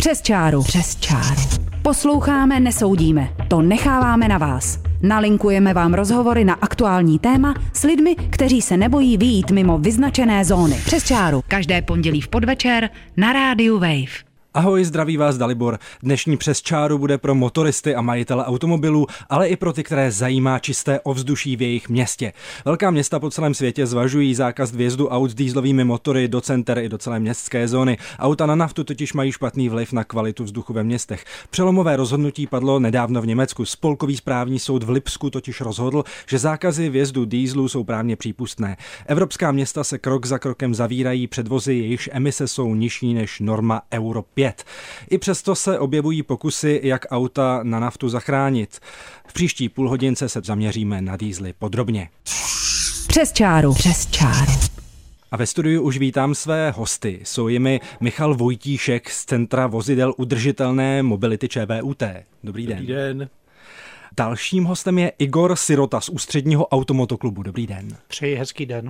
Přes čáru. Přes čáru. Posloucháme, nesoudíme. To necháváme na vás. Nalinkujeme vám rozhovory na aktuální téma s lidmi, kteří se nebojí vyjít mimo vyznačené zóny. Přes čáru. Každé pondělí v podvečer na rádiu Wave. Ahoj, zdraví vás Dalibor. Dnešní Přes čáru bude pro motoristy a majitele automobilů, ale i pro ty, které zajímá čisté ovzduší v jejich městě. Velká města po celém světě zvažují zákaz vjezdu aut s dieselovými motory do center i do celé městské zóny. Auta na naftu totiž mají špatný vliv na kvalitu vzduchu ve městech. Přelomové rozhodnutí padlo nedávno v Německu. Spolkový správní soud v Lipsku totiž rozhodl, že zákazy vjezdu dieselů jsou právně přípustné. Evropská města se krok za krokem zavírají před vozy, jejichž emise jsou nižší než norma Euro 5. I přesto se objevují pokusy, jak auta na naftu zachránit. V příští půlhodince se zaměříme na diesely podrobně. Přes čáru. Přes čáru. A ve studiu už vítám své hosty. Jsou jimi Michal Vojtíšek z Centra vozidel udržitelné mobility ČVUT. Dobrý den. Dobrý den. Dalším hostem je Igor Sirota z Ústředního automotoklubu. Dobrý den. Přeji hezký den.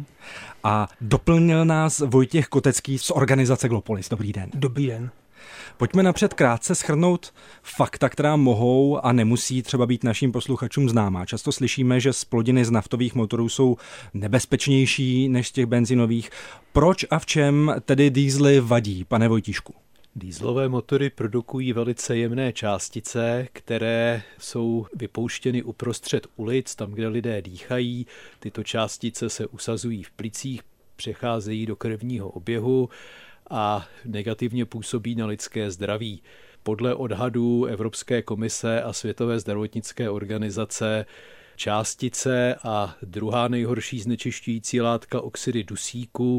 A doplnil nás Vojtěch Kotecký z organizace Glopolis. Dobrý den. Dobrý den. Pojďme napřed krátce shrnout fakta, která mohou a nemusí třeba být našim posluchačům známá. Často slyšíme, že zplodiny z naftových motorů jsou nebezpečnější než z těch benzinových. Proč a v čem tedy diesely vadí, pane Vojtíšku? Dieselové motory produkují velice jemné částice, které jsou vypouštěny uprostřed ulic, tam, kde lidé dýchají. Tyto částice se usazují v plicích, přecházejí do krevního oběhu a negativně působí na lidské zdraví. Podle odhadů Evropské komise a Světové zdravotnické organizace částice a druhá nejhorší znečišťující látka oxidy dusíku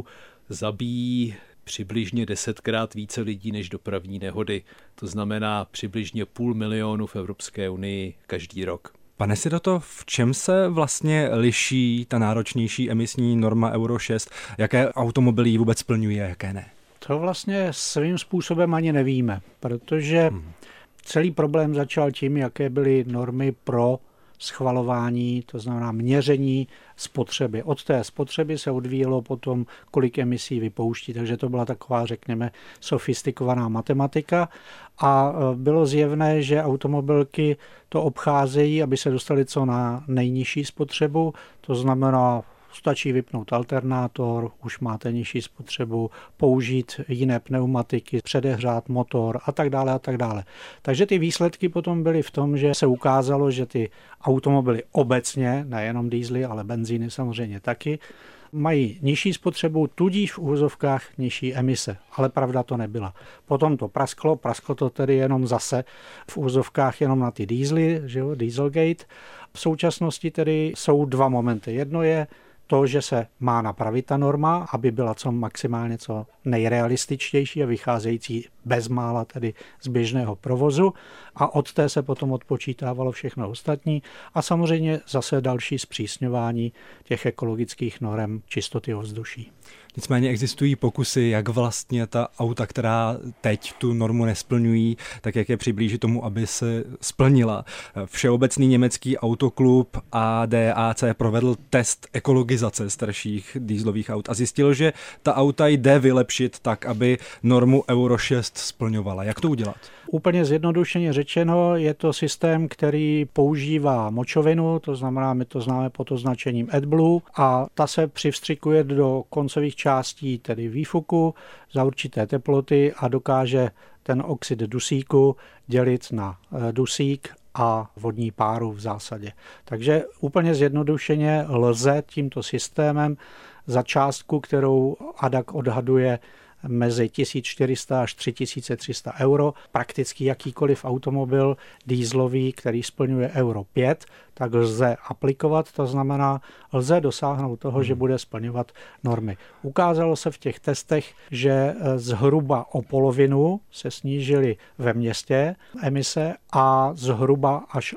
zabíjí přibližně 10krát více lidí než dopravní nehody. To znamená přibližně 500 000 v Evropské unii každý rok. Pane Siroto, v čem se vlastně liší ta náročnější emisní norma Euro 6? Jaké automobily ji vůbec splňují a jaké ne? To vlastně svým způsobem ani nevíme, protože celý problém začal tím, jaké byly normy pro schvalování, to znamená měření spotřeby. Od té spotřeby se odvíjelo potom, kolik emisí vypouští, takže to byla taková, řekněme, sofistikovaná matematika a bylo zjevné, že automobilky to obcházejí, aby se dostali co na nejnižší spotřebu, to znamená, stačí vypnout alternátor, už máte nižší spotřebu, použít jiné pneumatiky, předehřát motor a tak dále a tak dále. Takže ty výsledky potom byly v tom, že se ukázalo, že ty automobily obecně, nejenom diesely, ale benzíny samozřejmě taky, mají nižší spotřebu, tudíž v uvozovkách nižší emise. Ale pravda to nebyla. Potom to prasklo to tedy jenom zase v uvozovkách jenom na ty diesely, že jo, Dieselgate. V současnosti tedy jsou dva momenty. Jedno je to, že se má napravit ta norma, aby byla co maximálně co nejrealističtější a vycházející bezmála tedy z běžného provozu a od té se potom odpočítávalo všechno ostatní a samozřejmě zase další zpřísňování těch ekologických norem čistoty ovzduší. Nicméně existují pokusy, jak vlastně ta auta, která teď tu normu nesplňují, tak jak je přiblížit tomu, aby se splnila. Všeobecný německý autoklub ADAC provedl test ekologizace starších dieselových aut a zjistil, že ta auta jde vylepšit tak, aby normu Euro 6 splňovala. Jak to udělat? Úplně zjednodušeně řečeno, je to systém, který používá močovinu, to znamená, my to známe pod označením AdBlue a ta se přivstřikuje do koncových částí, tedy výfuku za určité teploty a dokáže ten oxid dusíku dělit na dusík a vodní páru v zásadě. Takže úplně zjednodušeně lze tímto systémem za částku, kterou ADAC odhaduje mezi 1400 až 3300 euro, prakticky jakýkoliv automobil dieselový, který splňuje Euro 5, tak lze aplikovat, to znamená, lze dosáhnout toho, že bude splňovat normy. Ukázalo se v těch testech, že zhruba o polovinu se snížily ve městě emise a zhruba až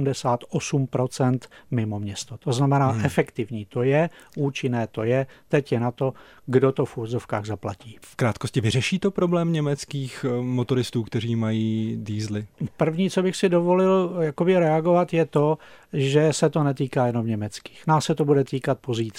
88% mimo město. To znamená, efektivní to je, účinné to je, teď je na to, kdo to v úzovkách zaplatí. V krátkosti vyřeší to problém německých motoristů, kteří mají diesely? První, co bych si dovolil reagovat, je to, že se to netýká jenom německých. Nás se to bude týkat pozítří.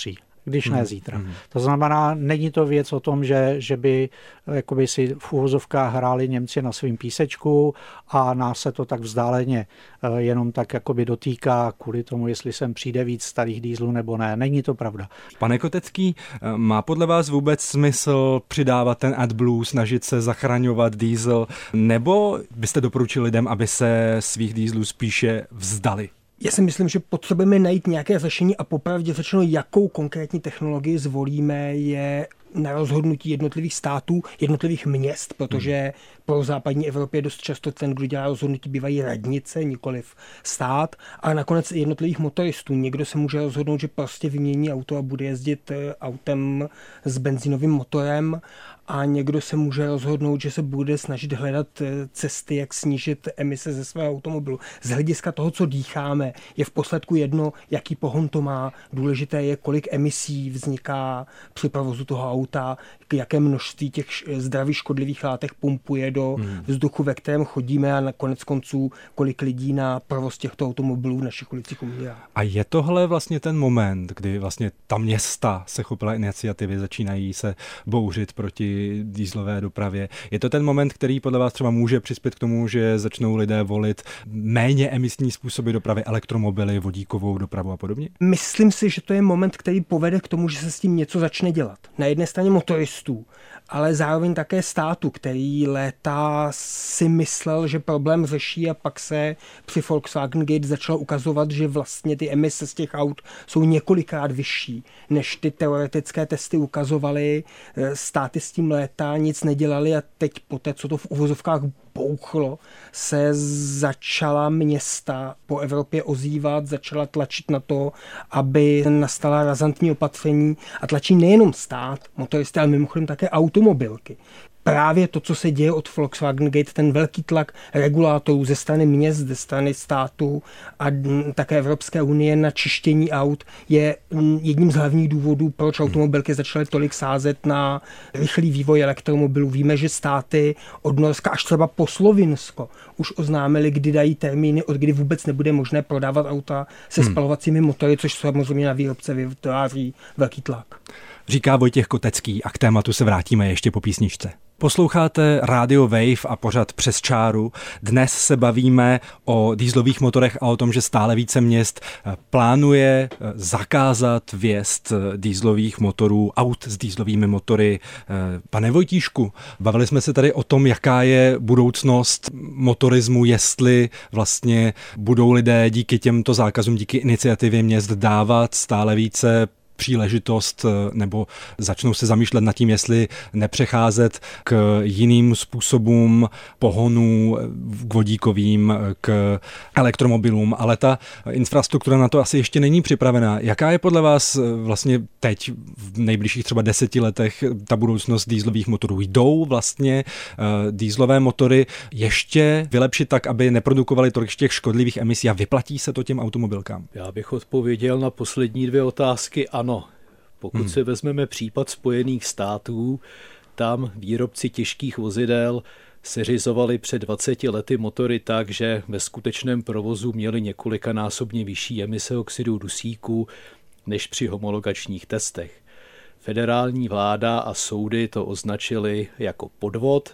když ne zítra. To znamená, není to věc o tom, že by jakoby si v uvozovkách hráli Němci na svým písečku a nás se to tak vzdáleně jenom tak jakoby dotýká kvůli tomu, jestli sem přijde víc starých dieselů nebo ne. Není to pravda. Pane Kotecký, má podle vás vůbec smysl přidávat ten AdBlue, snažit se zachraňovat diesel, nebo byste doporučili lidem, aby se svých dieselů spíše vzdali? Já si myslím, že potřebujeme najít nějaké řešení a popravdě řečeno, jakou konkrétní technologii zvolíme, je na rozhodnutí jednotlivých států, jednotlivých měst, protože pro západní Evropě dost často ten, kdo dělá rozhodnutí, bývají radnice, nikoliv stát, a nakonec jednotlivých motoristů. Někdo se může rozhodnout, že prostě vymění auto a bude jezdit autem s benzínovým motorem, a někdo se může rozhodnout, že se bude snažit hledat cesty, jak snížit emise ze svého automobilu. Z hlediska toho, co dýcháme, je v posledku jedno, jaký pohon to má. Důležité je, kolik emisí vzniká při provozu toho auta, jaké množství těch zdravých škodlivých látek pumpuje do vzduchu, ve kterém chodíme, a nakonec konců, kolik lidí na provoz těchto automobilů v našich ulicích umírá. A je tohle vlastně ten moment, kdy vlastně ta města se chopila iniciativy, začínají se bouřit proti dieselové dopravě. Je to ten moment, který podle vás třeba může přispět k tomu, že začnou lidé volit méně emisní způsoby dopravy, elektromobily, vodíkovou dopravu a podobně? Myslím si, že to je moment, který povede k tomu, že se s tím něco začne dělat. Na jedné straně motoristů, ale zároveň také státu, který léta si myslel, že problém řeší, a pak se při Volkswagen Gate začalo ukazovat, že vlastně ty emise z těch aut jsou několikrát vyšší, než ty teoretické testy ukazovaly. Státy s tím léta nic nedělali a teď poté, co to v uvozovkách bouchlo, se začala města po Evropě ozývat, začala tlačit na to, aby nastala razantní opatření, a tlačí nejenom stát, motoristy, ale mimochodem také automobilky. Právě to, co se děje od Volkswagen Gate, ten velký tlak regulátorů ze strany měst, ze strany státu a také Evropské unie na čištění aut, je jedním z hlavních důvodů, proč automobilky začaly tolik sázet na rychlý vývoj elektromobilů. Víme, že státy od Norska až třeba po Slovinsko už oznámili, kdy dají termíny, od kdy vůbec nebude možné prodávat auta se spalovacími motory, což samozřejmě na výrobce vytváří velký tlak. Říká Vojtěch Kotecký a k tématu se vrátíme ještě po písničce. Posloucháte Radio Wave a pořad Přes čáru. Dnes se bavíme o dieselových motorech a o tom, že stále více měst plánuje zakázat vjezd dieselových motorů, aut s dieselovými motory. Pane Vojtíšku, bavili jsme se tady o tom, jaká je budoucnost motorismu, jestli vlastně budou lidé díky těmto zákazům, díky iniciativě měst dávat stále více příležitost, nebo začnou se zamýšlet nad tím, jestli nepřecházet k jiným způsobům pohonů, k vodíkovým, k elektromobilům, ale ta infrastruktura na to asi ještě není připravená. Jaká je podle vás vlastně teď v nejbližších třeba 10 letech ta budoucnost dieselových motorů? Jdou vlastně dieselové motory ještě vylepšit tak, aby neprodukovaly tolik těch škodlivých emisí a vyplatí se to těm automobilkám? Já bych odpověděl na poslední dvě otázky ano. Pokud se vezmeme případ Spojených států, tam výrobci těžkých vozidel seřizovali před 20 lety motory tak, že ve skutečném provozu měli několikanásobně vyšší emise oxidu dusíku než při homologačních testech. Federální vláda a soudy to označili jako podvod.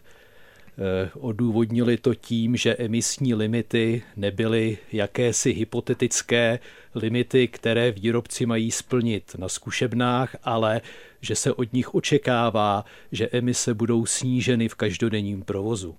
Odůvodnili to tím, že emisní limity nebyly jakési hypotetické limity, které výrobci mají splnit na zkušebnách, ale že se od nich očekává, že emise budou sníženy v každodenním provozu.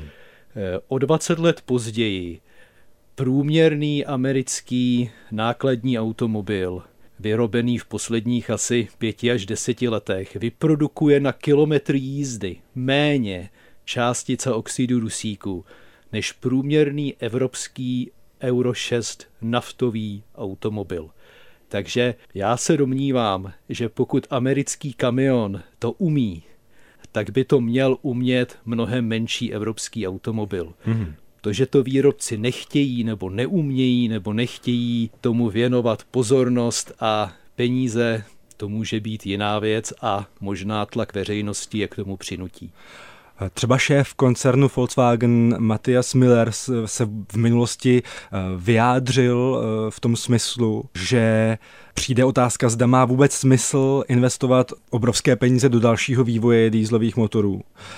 O 20 let později průměrný americký nákladní automobil, vyrobený v posledních asi 5 až 10 letech, vyprodukuje na kilometr jízdy méně částice oxidu dusíku než průměrný evropský Euro 6 naftový automobil. Takže já se domnívám, že pokud americký kamion to umí, tak by to měl umět mnohem menší evropský automobil. To, že to výrobci nechtějí nebo neumějí nebo nechtějí tomu věnovat pozornost a peníze, to může být jiná věc a možná tlak veřejnosti je k tomu přinutí. Třeba šéf koncernu Volkswagen Matthias Miller se v minulosti vyjádřil v tom smyslu, že přijde otázka, zda má vůbec smysl investovat obrovské peníze do dalšího vývoje dieselových motorů.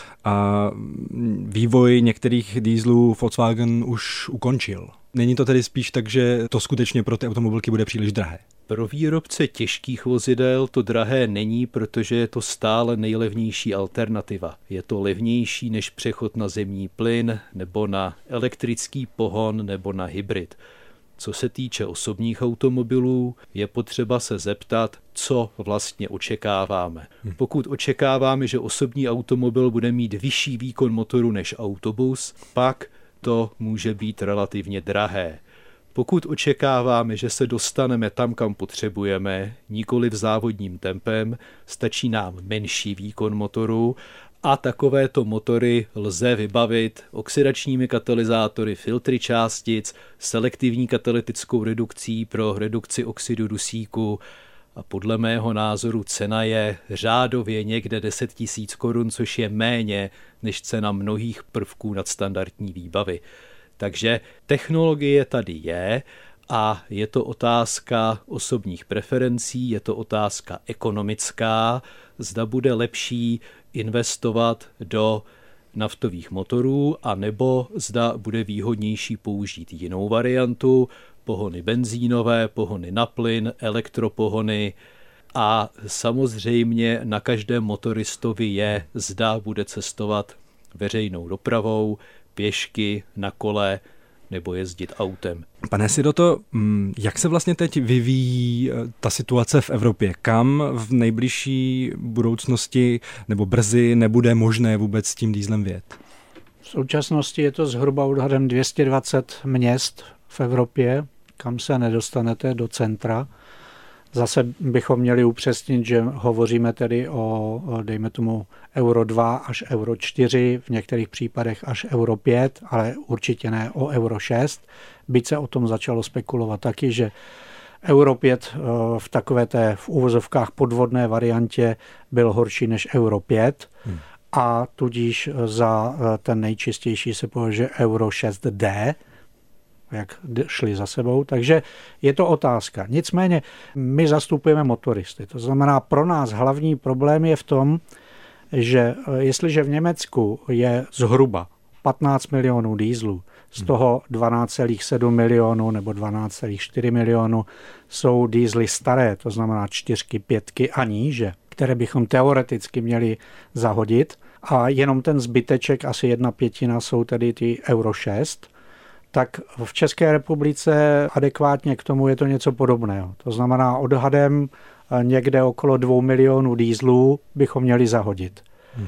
A vývoj některých dieselů Volkswagen už ukončil. Není to tedy spíš tak, že to skutečně pro ty automobilky bude příliš drahé? Pro výrobce těžkých vozidel to drahé není, protože je to stále nejlevnější alternativa. Je to levnější než přechod na zemní plyn nebo na elektrický pohon nebo na hybrid. Co se týče osobních automobilů, je potřeba se zeptat, co vlastně očekáváme. Pokud očekáváme, že osobní automobil bude mít vyšší výkon motoru než autobus, pak to může být relativně drahé. Pokud očekáváme, že se dostaneme tam, kam potřebujeme, nikoli v závodním tempem, stačí nám menší výkon motoru a takovéto motory lze vybavit oxidačními katalyzátory, filtry částic, selektivní katalytickou redukcí pro redukci oxidu dusíku a podle mého názoru cena je řádově někde 10 000 korun, což je méně než cena mnohých prvků nadstandardní výbavy. Takže technologie tady je a je to otázka osobních preferencí, je to otázka ekonomická, zda bude lepší investovat do naftových motorů, anebo zda bude výhodnější použít jinou variantu, pohony benzínové, pohony na plyn, elektropohony a samozřejmě na každém motoristovi je, zda bude cestovat veřejnou dopravou, pěšky, na kole nebo jezdit autem. Pane Siroto, jak se vlastně teď vyvíjí ta situace v Evropě? Kam v nejbližší budoucnosti nebo brzy nebude možné vůbec s tím dieselem vjet? V současnosti je to zhruba odhadem 220 měst v Evropě, kam se nedostanete do centra. Zase bychom měli upřesnit, že hovoříme tedy o dejme tomu Euro 2 až Euro 4, v některých případech až Euro 5, ale určitě ne o Euro 6. Byť se o tom začalo spekulovat taky, že Euro 5 v takové té v uvozovkách podvodné variantě byl horší než Euro 5 a tudíž za ten nejčistější se považuje Euro 6D, jak šli za sebou, takže je to otázka. Nicméně my zastupujeme motoristy, to znamená pro nás hlavní problém je v tom, že jestliže v Německu je zhruba 15 milionů dieselů, z toho 12,7 milionů nebo 12,4 milionů jsou diesely staré, to znamená 4, 5 a níže, které bychom teoreticky měli zahodit a jenom ten zbyteček, asi 1/5 jsou tedy ty Euro 6, tak v České republice adekvátně k tomu je to něco podobného. To znamená odhadem někde okolo 2 milionů dieselů bychom měli zahodit.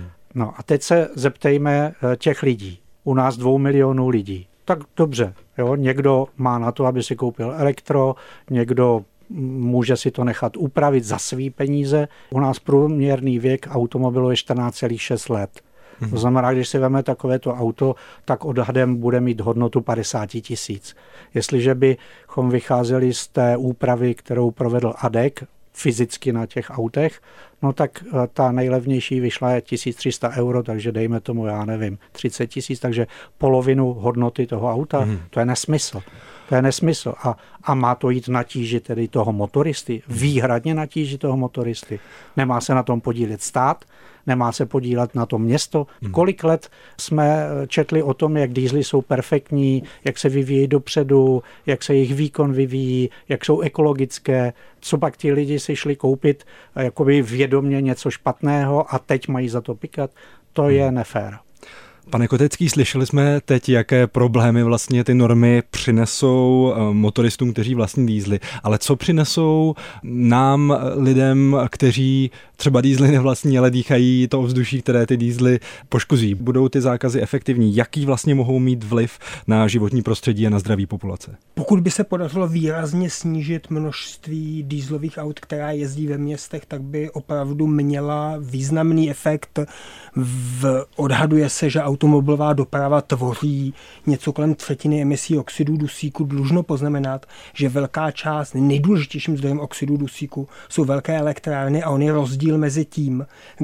No a teď se zeptejme těch lidí. U nás 2 milionů lidí. Tak dobře, jo? Někdo má na to, aby si koupil elektro, někdo může si to nechat upravit za svý peníze. U nás průměrný věk automobilu je 14,6 let. To znamená, když si veme takovéto auto, tak odhadem bude mít hodnotu 50 000. Jestliže bychom vycházeli z té úpravy, kterou provedl ADEC fyzicky na těch autech, no tak ta nejlevnější vyšla je 1300 euro, takže dejme tomu, já nevím, 30 000, takže polovinu hodnoty toho auta, to je nesmysl. To je nesmysl. A má to jít na tíži tedy toho motoristy, výhradně na tíži toho motoristy. Nemá se na tom podílet stát, nemá se podílet na tom město. Kolik let jsme četli o tom, jak diesely jsou perfektní, jak se vyvíjí dopředu, jak se jejich výkon vyvíjí, jak jsou ekologické. Co pak ti lidi si šli koupit jakoby vědomě něco špatného a teď mají za to pikat? To je nefér. Pane Kotecký, slyšeli jsme teď, jaké problémy vlastně ty normy přinesou motoristům, kteří vlastní diesely, ale co přinesou nám, lidem, kteří třeba diesely nevlastní, ale dýchají to ovzduší, které ty diesely poškozují. Budou ty zákazy efektivní? Jaký vlastně mohou mít vliv na životní prostředí a na zdraví populace? Pokud by se podařilo výrazně snížit množství dieselových aut, která jezdí ve městech, tak by opravdu měla významný efekt. Odhaduje se, že automobilová doprava tvoří něco kolem třetiny emisí oxidu dusíku. Dlužno poznamenat, že velká část, nejdůležitějším zdrojem oxidu dusíku jsou velké elektrárny a on je rozdíl mezi tím,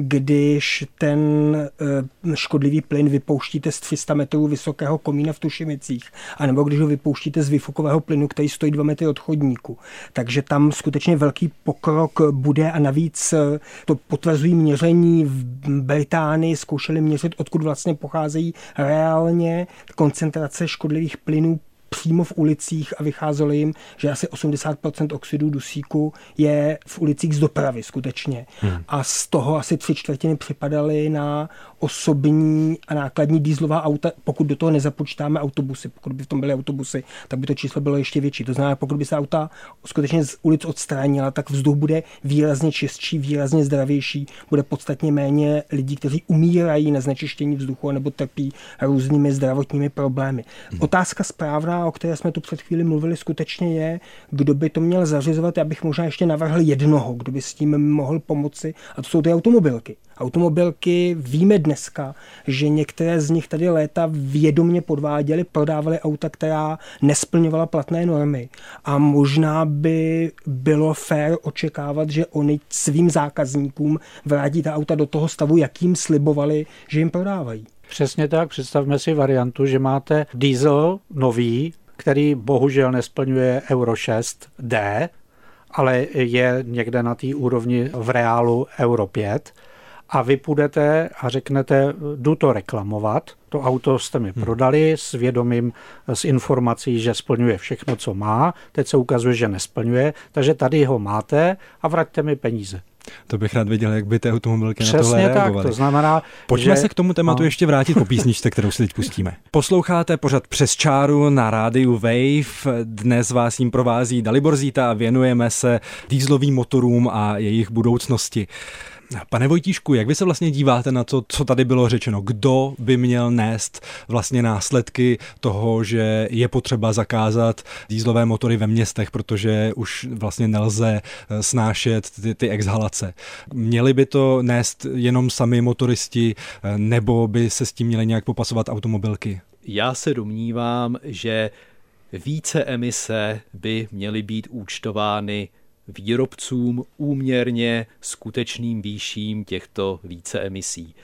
když ten škodlivý plyn vypouštíte z 300 metrů vysokého komína v Tušimicích, anebo když ho vypouštíte z výfukového plynu, který stojí 2 metry od chodníku. Takže tam skutečně velký pokrok bude a navíc to potvrzují měření v Británii, zkoušeli měřit, odkud vlastně pocházejí reálně koncentrace škodlivých plynů přímo v ulicích a vycházelo jim, že asi 80% oxidu dusíku je v ulicích z dopravy skutečně. A z toho asi 3/4 připadaly na osobní a nákladní dieselová auta, pokud do toho nezapočítáme autobusy. Pokud by v tom byly autobusy, tak by to číslo bylo ještě větší. To znamená, pokud by se auta skutečně z ulic odstránila, tak vzduch bude výrazně čistší, výrazně zdravější, bude podstatně méně lidí, kteří umírají na znečištění vzduchu nebo trpí různými zdravotními problémy. Otázka správná, o které jsme tu před chvíli mluvili, skutečně je, kdo by to měl zařizovat. Já bych možná ještě navrhl jednoho, kdo by s tím mohl pomoci, a to jsou ty automobilky. Automobilky, víme dneska, že některé z nich tady léta vědomě podváděly, prodávaly auta, která nesplňovala platné normy. A možná by bylo fér očekávat, že oni svým zákazníkům vrátí ta auta do toho stavu, jakým slibovali, že jim prodávají. Přesně tak, představme si variantu, že máte diesel nový, který bohužel nesplňuje Euro 6D, ale je někde na té úrovni v reálu Euro 5 a vy půjdete a řeknete, jdu to reklamovat, to auto jste mi prodali s vědomím, s informací, že splňuje všechno, co má, teď se ukazuje, že nesplňuje, takže tady ho máte a vraťte mi peníze. To bych rád viděl, jak by ty automobilky přesně na tohle reagovaly. Tak, to znamená, pojďme se k tomu tématu ještě vrátit po písničce, kterou si teď pustíme. Posloucháte pořad Přes čáru na rádiu Wave. Dnes vás jim provází Dalibor Zíta a věnujeme se dieselovým motorům a jejich budoucnosti. Pane Vojtíšku, jak vy se vlastně díváte na to, co tady bylo řečeno? Kdo by měl nést vlastně následky toho, že je potřeba zakázat dieselové motory ve městech, protože už vlastně nelze snášet ty exhalace? Měli by to nést jenom sami motoristi, nebo by se s tím měly nějak popasovat automobilky? Já se domnívám, že více emise by měly být účtovány výrobcům úměrně skutečným výším těchto více emisí.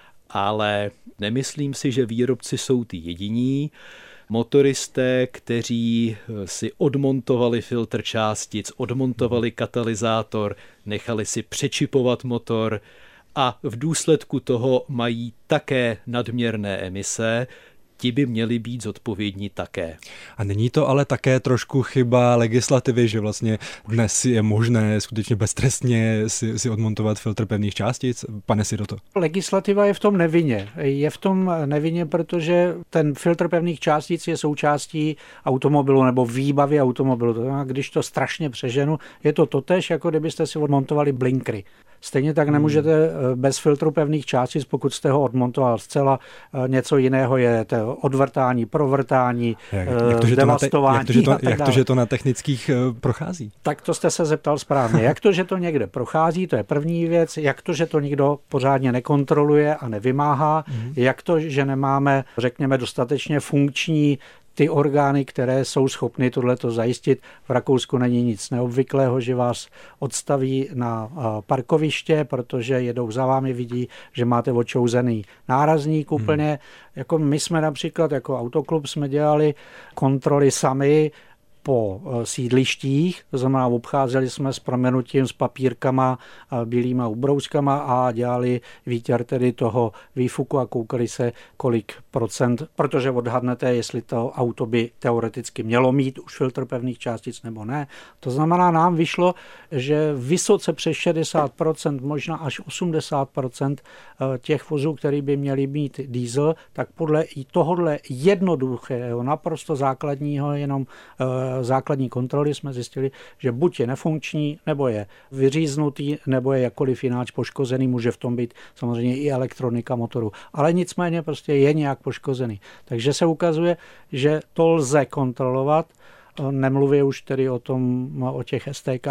Ale nemyslím si, že výrobci jsou ty jediní. Motoristé, kteří si odmontovali filtr částic, odmontovali katalyzátor, nechali si přečipovat motor a v důsledku toho mají také nadměrné emise, ti by měli být zodpovědní také. A není to ale také trošku chyba legislativy, že vlastně dnes je možné skutečně beztrestně si odmontovat filtr pevných částic? Pane Siroto. Legislativa je v tom nevinně. Je v tom nevinně, protože ten filtr pevných částic je součástí automobilu nebo výbavy automobilu. To znamená, když to strašně přeženu, je to totéž, jako kdybyste si odmontovali blinkry. Stejně tak nemůžete bez filtru pevných částic, pokud jste ho odmontoval zcela, něco jiného je to odvrtání, provrtání, devastování. Jak to, že to na technických prochází? Tak to jste se zeptal správně. Jak to, že to někde prochází, to je první věc. Jak to, že to nikdo pořádně nekontroluje a nevymáhá. Jak to, že nemáme, řekněme, dostatečně funkční ty orgány, které jsou schopny tohleto zajistit. V Rakousku není nic neobvyklého, že vás odstaví na parkoviště, protože jedou za vámi, vidí, že máte odčouzený nárazník úplně. Jako my jsme například jako autoklub jsme dělali kontroly sami po sídlištích, to znamená obcházeli jsme s proměnutím s papírkama, bílýma ubrouskama a dělali výtěr tedy toho výfuku a koukali se, kolik procent, protože odhadnete, jestli to auto by teoreticky mělo mít už filtr pevných částic nebo ne. To znamená, nám vyšlo, že vysoce přes 60%, možná až 80% těch vozů, který by měli mít diesel, tak podle i tohohle jednoduchého, naprosto základního, jenom základní kontroly jsme zjistili, že buď je nefunkční, nebo je vyříznutý, nebo je jakkoliv jináč poškozený, může v tom být samozřejmě i elektronika motoru, ale nicméně prostě je nějak poškozený. Takže se ukazuje, že to lze kontrolovat, nemluvě už tedy o těch STK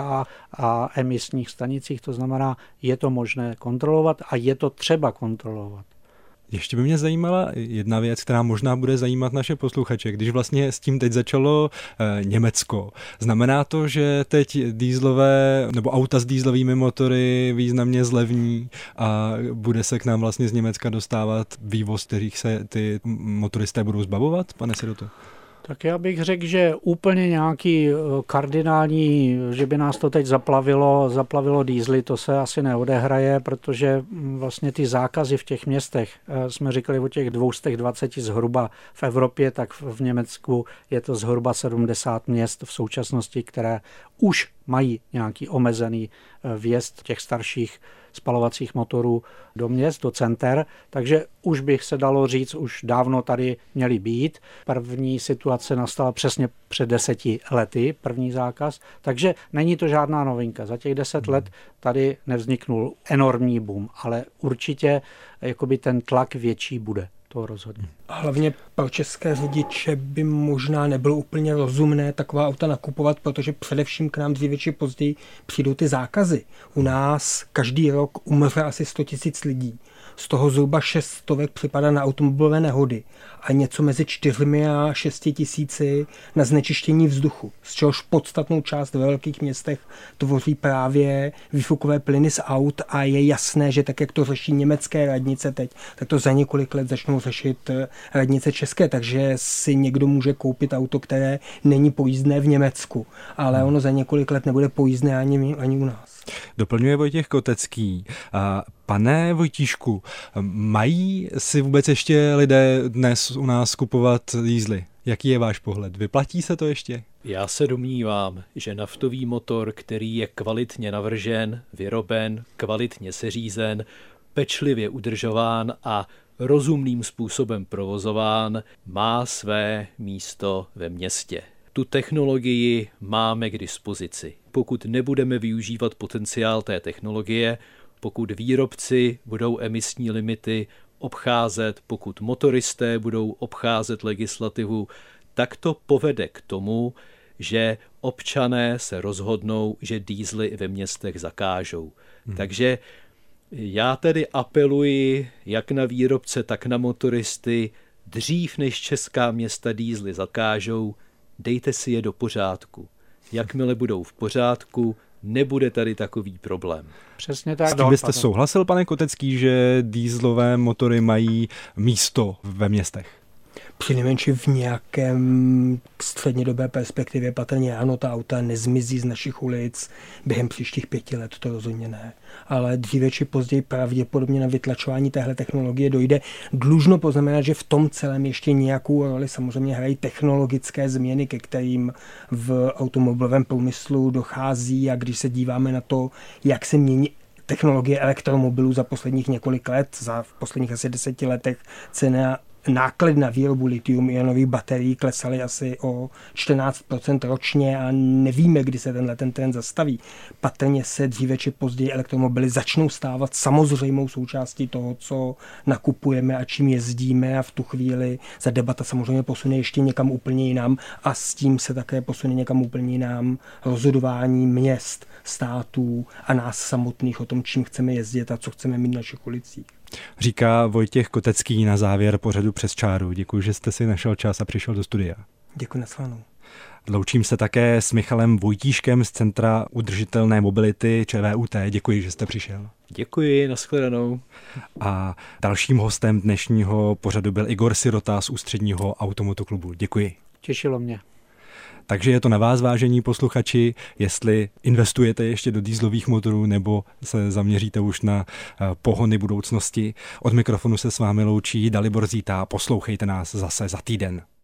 a emisních stanicích, to znamená, je to možné kontrolovat a je to třeba kontrolovat. Ještě by mě zajímala jedna věc, která možná bude zajímat naše posluchače. Když vlastně s tím teď začalo Německo, znamená to, že teď dieselové nebo auta s dieselovými motory významně zlevní a bude se k nám vlastně z Německa dostávat vývoz, kterých se ty motoristé budou zbavovat, pane Siroto? Tak já bych řekl, že úplně nějaký kardinální, že by nás to teď zaplavilo diesely, to se asi neodehraje, protože vlastně ty zákazy v těch městech, jsme říkali o těch 220 zhruba v Evropě, tak v Německu je to zhruba 70 měst v současnosti, které už mají nějaký omezený vjezd těch starších spalovacích motorů do měst, do center, takže už bych se dalo říct, už dávno tady měli být. První situace nastala přesně před 10 lety, první zákaz, takže není to žádná novinka. Za těch 10 let tady nevzniknul enormní boom, ale určitě jakoby ten tlak větší bude. To rozhodně. A hlavně pro české řidiče by možná nebylo úplně rozumné taková auta nakupovat, protože především k nám dříve či později přijdou ty zákazy. U nás každý rok umře asi 100 000 lidí. Z toho zhruba 600 připadá na automobilové nehody a něco mezi 4 a 6 tisíci na znečištění vzduchu, z čehož podstatnou část ve velkých městech tvoří právě výfukové plyny z aut a je jasné, že tak, jak to řeší německé radnice teď, tak to za několik let začnou řešit radnice české, takže si někdo může koupit auto, které není pojízdné v Německu, ale ono za několik let nebude pojízdné ani u nás. Doplňuje Vojtěch Kotecký. Pane Vojtíšku, mají si vůbec ještě lidé dnes u nás kupovat diesely? Jaký je váš pohled? Vyplatí se to ještě? Já se domnívám, že naftový motor, který je kvalitně navržen, vyroben, kvalitně seřízen, pečlivě udržován a rozumným způsobem provozován, má své místo ve městě. Tu technologii máme k dispozici. Pokud nebudeme využívat potenciál té technologie, pokud výrobci budou emisní limity obcházet, pokud motoristé budou obcházet legislativu, tak to povede k tomu, že občané se rozhodnou, že diesely ve městech zakážou. Takže já tedy apeluji jak na výrobce, tak na motoristy, dřív než česká města diesely zakážou, dejte si je do pořádku. Jakmile budou v pořádku, nebude tady takový problém. Přesně tak. S tím byste souhlasil, pane Kotecký, že dieselové motory mají místo ve městech? Přinejmenším v nějakém střednědobé perspektivě patrně ano, ta auta nezmizí z našich ulic během příštích 5 let, to rozhodně ne. Ale dříve či později pravděpodobně na vytlačování téhle technologie dojde. Dlužno poznamenat, že v tom celém ještě nějakou roli samozřejmě hrají technologické změny, ke kterým v automobilovém průmyslu dochází, a když se díváme na to, jak se mění technologie elektromobilů za posledních několik let, v posledních asi 10 letech náklady na výrobu lithium-ionových baterií klesaly asi o 14% ročně a nevíme, kdy se ten trend zastaví. Patrně se dříve či později elektromobily začnou stávat samozřejmou součástí toho, co nakupujeme a čím jezdíme, a v tu chvíli se debata samozřejmě posune ještě někam úplně jinam a s tím se také posune někam úplně jinam rozhodování měst, států a nás samotných o tom, čím chceme jezdit a co chceme mít v našich ulicích. Říká Vojtěch Kotecký na závěr pořadu Přes čáru. Děkuji, že jste si našel čas a přišel do studia. Děkuji, nashledanou. Loučím se také s Michalem Vojtíškem z Centra udržitelné mobility ČVUT. Děkuji, že jste přišel. Děkuji, nashledanou. A dalším hostem dnešního pořadu byl Igor Sirota z Ústředního automotoklubu. Děkuji. Těšilo mě. Takže je to na vás, vážení posluchači, jestli investujete ještě do dieselových motorů nebo se zaměříte už na pohony budoucnosti. Od mikrofonu se s vámi loučí Dalibor Zíta. Poslouchejte nás zase za týden.